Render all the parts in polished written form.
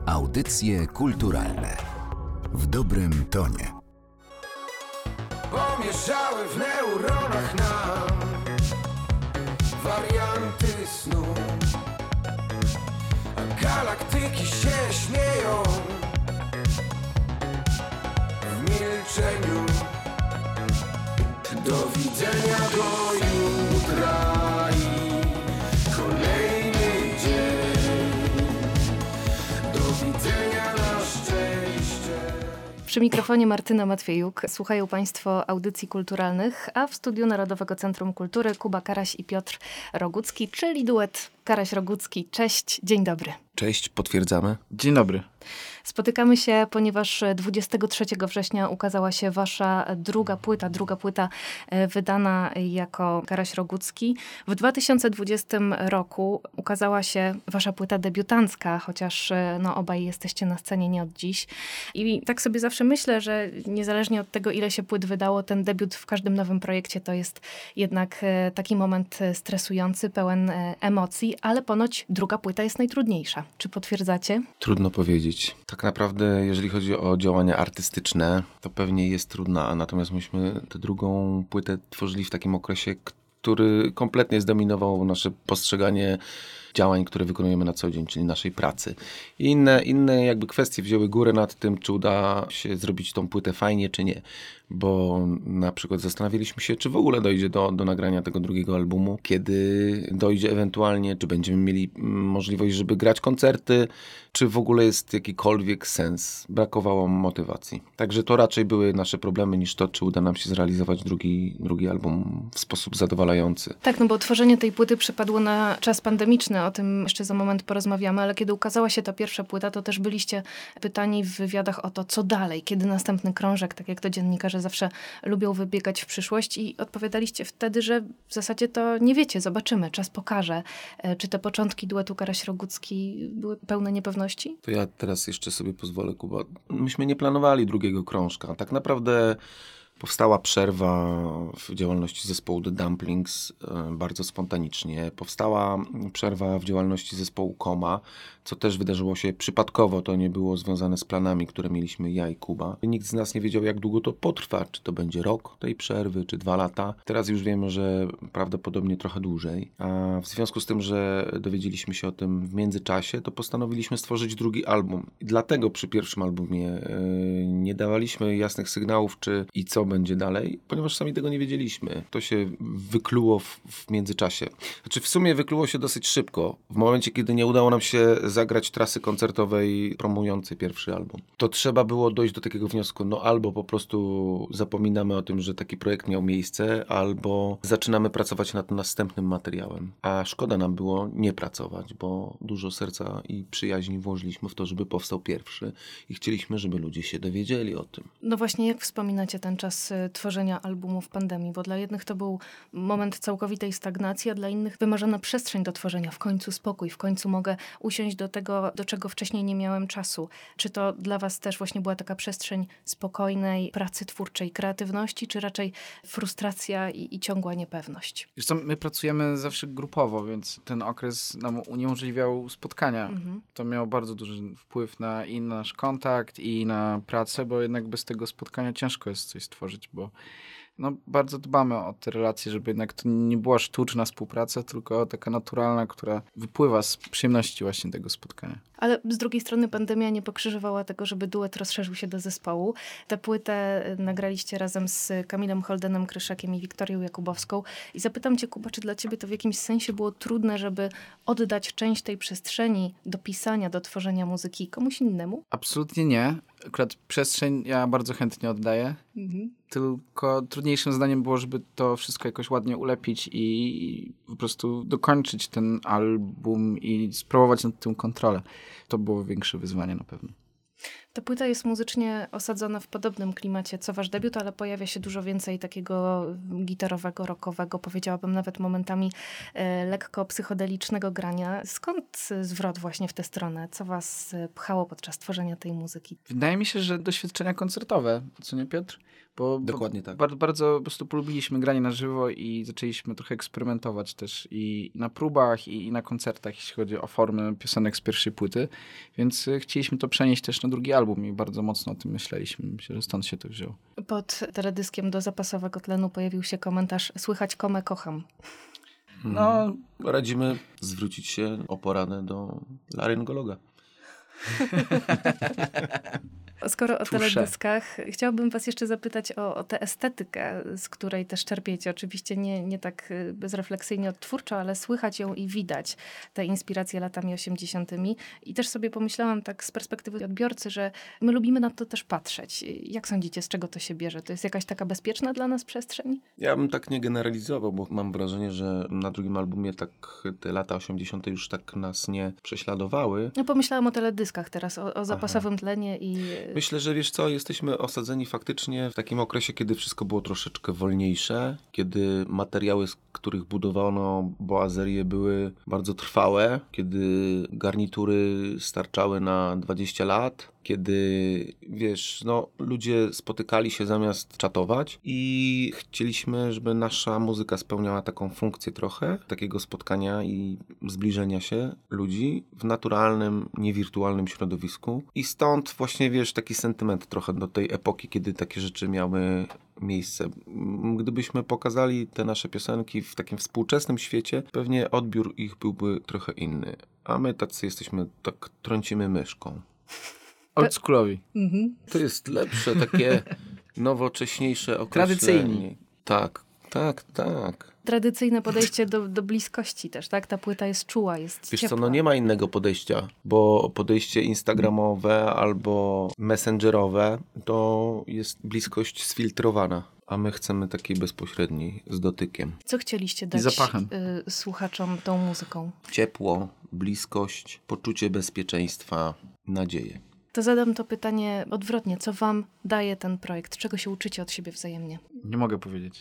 Audycje kulturalne w dobrym tonie. Pomieszały w neuronach nam warianty snu, a galaktyki się śmieją w milczeniu. Do widzenia do jutra i kolejny dzień. Do widzenia na szczęście. Przy mikrofonie Martyna Matwiejuk. Słuchają Państwo audycji kulturalnych, a w studiu Narodowego Centrum Kultury Kuba Karaś i Piotr Rogucki, czyli duet Karaś-Rogucki. Cześć, dzień dobry. Cześć, potwierdzamy. Dzień dobry. Spotykamy się, ponieważ 23 września ukazała się wasza druga płyta wydana jako Karaś-Rogucki. W 2020 roku ukazała się wasza płyta debiutancka, chociaż obaj jesteście na scenie nie od dziś. I tak sobie zawsze myślę, że niezależnie od tego, ile się płyt wydało, ten debiut w każdym nowym projekcie to jest jednak taki moment stresujący, pełen emocji, ale ponoć druga płyta jest najtrudniejsza. Czy potwierdzacie? Trudno powiedzieć. Tak naprawdę, jeżeli chodzi o działania artystyczne, to pewnie jest trudna, natomiast myśmy tę drugą płytę tworzyli w takim okresie, który kompletnie zdominował nasze postrzeganie działań, które wykonujemy na co dzień, czyli naszej pracy. I inne jakby kwestie wzięły górę nad tym, czy uda się zrobić tą płytę fajnie, czy nie. Bo na przykład zastanawialiśmy się, czy w ogóle dojdzie do nagrania tego drugiego albumu, kiedy dojdzie ewentualnie, czy będziemy mieli możliwość, żeby grać koncerty, czy w ogóle jest jakikolwiek sens. Brakowało motywacji. Także to raczej były nasze problemy niż to, czy uda nam się zrealizować drugi album w sposób zadowalający. Tak, bo tworzenie tej płyty przypadło na czas pandemiczny, o tym jeszcze za moment porozmawiamy, ale kiedy ukazała się ta pierwsza płyta, to też byliście pytani w wywiadach o to, co dalej, kiedy następny krążek, tak jak to dziennikarze zawsze lubią wybiegać w przyszłość i odpowiadaliście wtedy, że w zasadzie to nie wiecie, zobaczymy, czas pokaże. Czy te początki duetu Karaś-Rogucki były pełne niepewności? To ja teraz jeszcze sobie pozwolę, Kuba. Myśmy nie planowali drugiego krążka. Tak naprawdę powstała przerwa w działalności zespołu The Dumplings bardzo spontanicznie. Powstała przerwa w działalności zespołu Koma, co też wydarzyło się przypadkowo. To nie było związane z planami, które mieliśmy ja i Kuba. Nikt z nas nie wiedział, jak długo to potrwa. Czy to będzie rok tej przerwy, czy 2 lata. Teraz już wiemy, że prawdopodobnie trochę dłużej. A w związku z tym, że dowiedzieliśmy się o tym w międzyczasie, to postanowiliśmy stworzyć drugi album. I dlatego przy pierwszym albumie nie dawaliśmy jasnych sygnałów, czy i co będzie dalej, ponieważ sami tego nie wiedzieliśmy. To się wykluło w międzyczasie. Znaczy w sumie wykluło się dosyć szybko. W momencie, kiedy nie udało nam się zagrać trasy koncertowej promującej pierwszy album, to trzeba było dojść do takiego wniosku, albo po prostu zapominamy o tym, że taki projekt miał miejsce, albo zaczynamy pracować nad następnym materiałem. A szkoda nam było nie pracować, bo dużo serca i przyjaźni włożyliśmy w to, żeby powstał pierwszy i chcieliśmy, żeby ludzie się dowiedzieli o tym. No właśnie, jak wspominacie ten czas tworzenia albumu w pandemii? Bo dla jednych to był moment całkowitej stagnacji, a dla innych wymarzona przestrzeń do tworzenia. W końcu spokój, w końcu mogę usiąść do tego, do czego wcześniej nie miałem czasu. Czy to dla was też właśnie była taka przestrzeń spokojnej pracy twórczej, kreatywności, czy raczej frustracja i ciągła niepewność? Wiesz co, my pracujemy zawsze grupowo, więc ten okres nam uniemożliwiał spotkania. To miało bardzo duży wpływ na nasz kontakt i na pracę, bo jednak bez tego spotkania ciężko jest coś stworzyć, bo bardzo dbamy o te relacje, żeby jednak to nie była sztuczna współpraca, tylko taka naturalna, która wypływa z przyjemności właśnie tego spotkania. Ale z drugiej strony pandemia nie pokrzyżowała tego, żeby duet rozszerzył się do zespołu. Tę płytę nagraliście razem z Kamilem Holdenem Kryszakiem i Wiktorią Jakubowską. I zapytam cię, Kuba, czy dla ciebie to w jakimś sensie było trudne, żeby oddać część tej przestrzeni do pisania, do tworzenia muzyki komuś innemu? Absolutnie nie. Akurat przestrzeń ja bardzo chętnie oddaję. Tylko trudniejszym zadaniem było, żeby to wszystko jakoś ładnie ulepić i po prostu dokończyć ten album i spróbować nad tym kontrolę. To było większe wyzwanie na pewno. Ta płyta jest muzycznie osadzona w podobnym klimacie co wasz debiut, ale pojawia się dużo więcej takiego gitarowego, rockowego, powiedziałabym nawet momentami lekko psychodelicznego grania. Skąd zwrot właśnie w tę stronę? Co was pchało podczas tworzenia tej muzyki? Wydaje mi się, że doświadczenia koncertowe, co nie, Piotr? Dokładnie tak. Bardzo po prostu polubiliśmy granie na żywo i zaczęliśmy trochę eksperymentować też i na próbach, i na koncertach, jeśli chodzi o formę piosenek z pierwszej płyty. Więc chcieliśmy to przenieść też na drugi album i bardzo mocno o tym myśleliśmy. Myślę, że stąd się to wzięło. Pod teledyskiem do zapasowego tlenu pojawił się komentarz: słychać Komę kocham. No, radzimy zwrócić się o poradę do laryngologa. Skoro o teledyskach, chciałabym was jeszcze zapytać o tę estetykę, z której też czerpiecie. Oczywiście nie tak bezrefleksyjnie odtwórczo, ale słychać ją i widać te inspiracje latami 80. I też sobie pomyślałam tak z perspektywy odbiorcy, że my lubimy na to też patrzeć. Jak sądzicie, z czego to się bierze? To jest jakaś taka bezpieczna dla nas przestrzeń? Ja bym tak nie generalizował, bo mam wrażenie, że na drugim albumie tak te lata 80. już tak nas nie prześladowały. No pomyślałam o teledyskach teraz, o zapasowym tlenie i... Myślę, że wiesz co, jesteśmy osadzeni faktycznie w takim okresie, kiedy wszystko było troszeczkę wolniejsze, kiedy materiały, z których budowano boazerię, były bardzo trwałe, kiedy garnitury starczały na 20 lat, kiedy, wiesz, no, ludzie spotykali się zamiast czatować i chcieliśmy, żeby nasza muzyka spełniała taką funkcję trochę, takiego spotkania i zbliżenia się ludzi w naturalnym, niewirtualnym środowisku. I stąd właśnie, wiesz, taki sentyment trochę do tej epoki, kiedy takie rzeczy miały miejsce. Gdybyśmy pokazali te nasze piosenki w takim współczesnym świecie, pewnie odbiór ich byłby trochę inny. A my tacy jesteśmy, tak trącimy myszką. Oldschoolowi. To jest lepsze, takie nowocześniejsze określenie. Tradycyjni. Tak. Tradycyjne podejście do bliskości też, tak? Ta płyta jest czuła, jest Wiesz ciepła. co, no nie ma innego podejścia, bo podejście instagramowe albo messengerowe to jest bliskość sfiltrowana, a my chcemy takiej bezpośredniej, z dotykiem. Co chcieliście dać słuchaczom tą muzyką? Ciepło, bliskość, poczucie bezpieczeństwa, nadzieję. To zadam to pytanie odwrotnie. Co wam daje ten projekt? Czego się uczycie od siebie wzajemnie? Nie mogę powiedzieć.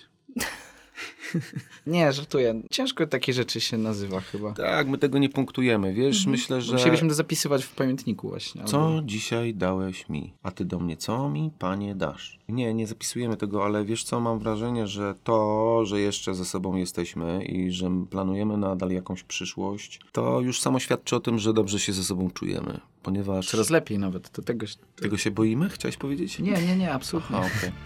Nie, żartuję. Ciężko takie rzeczy się nazywa chyba. Tak, my tego nie punktujemy, wiesz, myślę, że... Musielibyśmy to zapisywać w pamiętniku właśnie. Co dzisiaj dałeś mi? A ty do mnie, co mi, Panie, dasz? Nie zapisujemy tego, ale wiesz co, mam wrażenie, że to, że jeszcze ze sobą jesteśmy i że planujemy nadal jakąś przyszłość, to już samo świadczy o tym, że dobrze się ze sobą czujemy, ponieważ... Coraz lepiej nawet. Tego się boimy? Chciałeś powiedzieć? Nie, absolutnie. Aha, okej.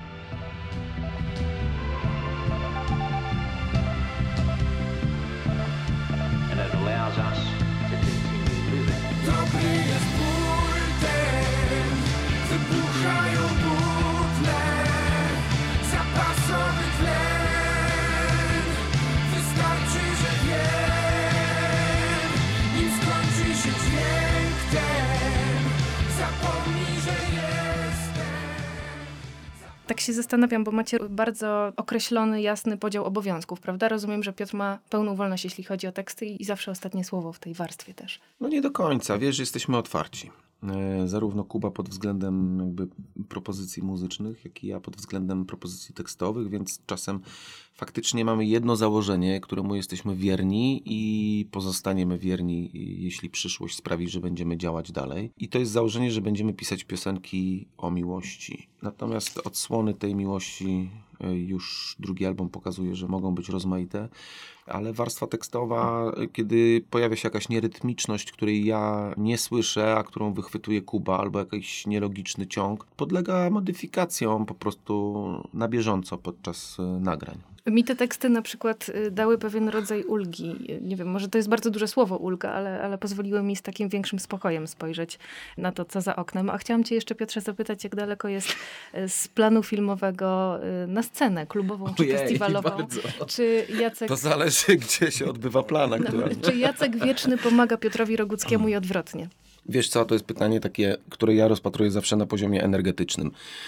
Dobry jest ból ten, wybuchają butle, zapasowy tlen. Wystarczy, że wiem, nim skończy się dźwięk ten, zapomnij, że jestem. Tak się zastanawiam, bo macie bardzo określony, jasny podział obowiązków, prawda? Rozumiem, że Piotr ma pełną wolność, jeśli chodzi o teksty i zawsze ostatnie słowo w tej warstwie też. No nie do końca, wiesz, jesteśmy otwarci. Zarówno Kuba pod względem jakby propozycji muzycznych, jak i ja pod względem propozycji tekstowych, więc czasem faktycznie mamy jedno założenie, któremu jesteśmy wierni i pozostaniemy wierni, jeśli przyszłość sprawi, że będziemy działać dalej. I to jest założenie, że będziemy pisać piosenki o miłości. Natomiast odsłony tej miłości już drugi album pokazuje, że mogą być rozmaite, ale warstwa tekstowa, kiedy pojawia się jakaś nierytmiczność, której ja nie słyszę, a którą wychwytuje Kuba, albo jakiś nielogiczny ciąg, podlega modyfikacjom po prostu na bieżąco podczas nagrań. Mi te teksty na przykład dały pewien rodzaj ulgi. Nie wiem, może to jest bardzo duże słowo ulga, ale pozwoliły mi z takim większym spokojem spojrzeć na to, co za oknem. A chciałam cię jeszcze, Piotrze, zapytać, jak daleko jest z planu filmowego na scenę klubową czy festiwalową? Bardzo. Czy Jacek... To zależy, gdzie się odbywa plan aktualnie. Czy Jacek Wieczny pomaga Piotrowi Roguckiemu i odwrotnie? Wiesz co, to jest pytanie takie, które ja rozpatruję zawsze na poziomie energetycznym.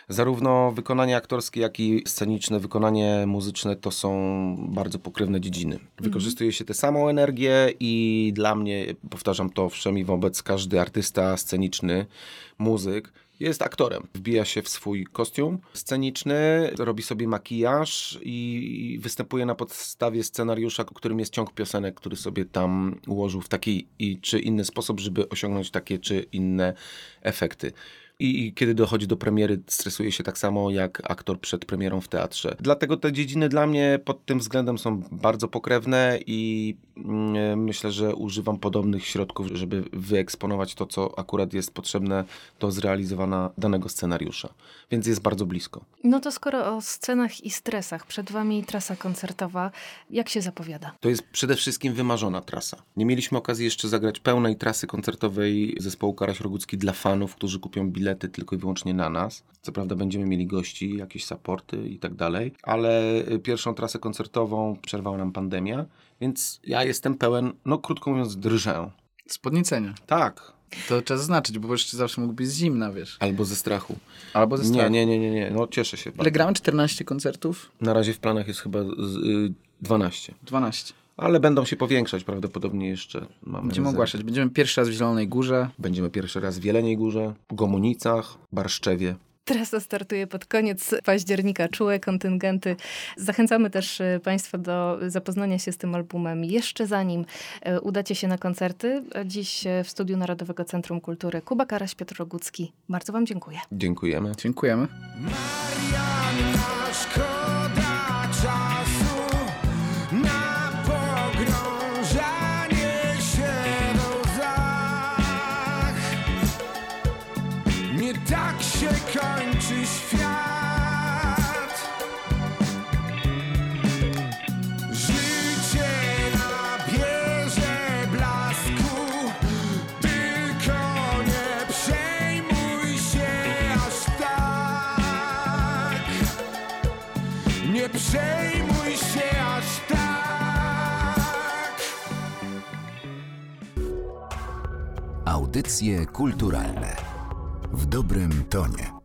Zarówno wykonanie aktorskie, jak i sceniczne, wykonanie muzyczne to są bardzo pokrewne dziedziny. Wykorzystuje się tę samą energię i dla mnie, powtarzam to wszemi wobec, każdy artysta sceniczny, muzyk, jest aktorem. Wbija się w swój kostium sceniczny, robi sobie makijaż i występuje na podstawie scenariusza, którym jest ciąg piosenek, który sobie tam ułożył w taki czy inny sposób, żeby osiągnąć takie czy inne efekty. I kiedy dochodzi do premiery, stresuje się tak samo jak aktor przed premierą w teatrze. Dlatego te dziedziny dla mnie pod tym względem są bardzo pokrewne i myślę, że używam podobnych środków, żeby wyeksponować to, co akurat jest potrzebne do zrealizowania danego scenariusza. Więc jest bardzo blisko. No to skoro o scenach i stresach, przed wami trasa koncertowa, jak się zapowiada? To jest przede wszystkim wymarzona trasa. Nie mieliśmy okazji jeszcze zagrać pełnej trasy koncertowej zespołu Karaś Rogucki dla fanów, którzy kupią bilety tylko i wyłącznie na nas. Co prawda będziemy mieli gości, jakieś supporty i tak dalej, ale pierwszą trasę koncertową przerwała nam pandemia, więc ja jestem pełen, no krótko mówiąc, drżę. Spodniecenia. Tak. To trzeba zaznaczyć, bo jeszcze zawsze mógł być zimna, wiesz. Albo ze strachu. Albo ze strachu. Nie. No cieszę się. Ile gramy? 14 koncertów? Na razie w planach jest chyba 12. 12. Ale będą się powiększać prawdopodobnie jeszcze. Będziemy ogłaszać. Będziemy pierwszy raz w Zielonej Górze. Będziemy pierwszy raz w Jeleniej Górze, Gomunicach, Barszczewie. Trasa startuje pod koniec października, czułe kontyngenty. Zachęcamy też Państwa do zapoznania się z tym albumem jeszcze zanim udacie się na koncerty. Dziś w Studiu Narodowego Centrum Kultury Kuba Karaś, Piotr Rogucki. Bardzo wam dziękuję. Dziękujemy. Dziękujemy. Marianna, szkoda czasu na pogrążanie się w łzach. Nie tak się kończy świat. Życie nabierze blasku, tylko nie przejmuj się aż tak. Nie przejmuj się aż tak. Audycje kulturalne w dobrym tonie.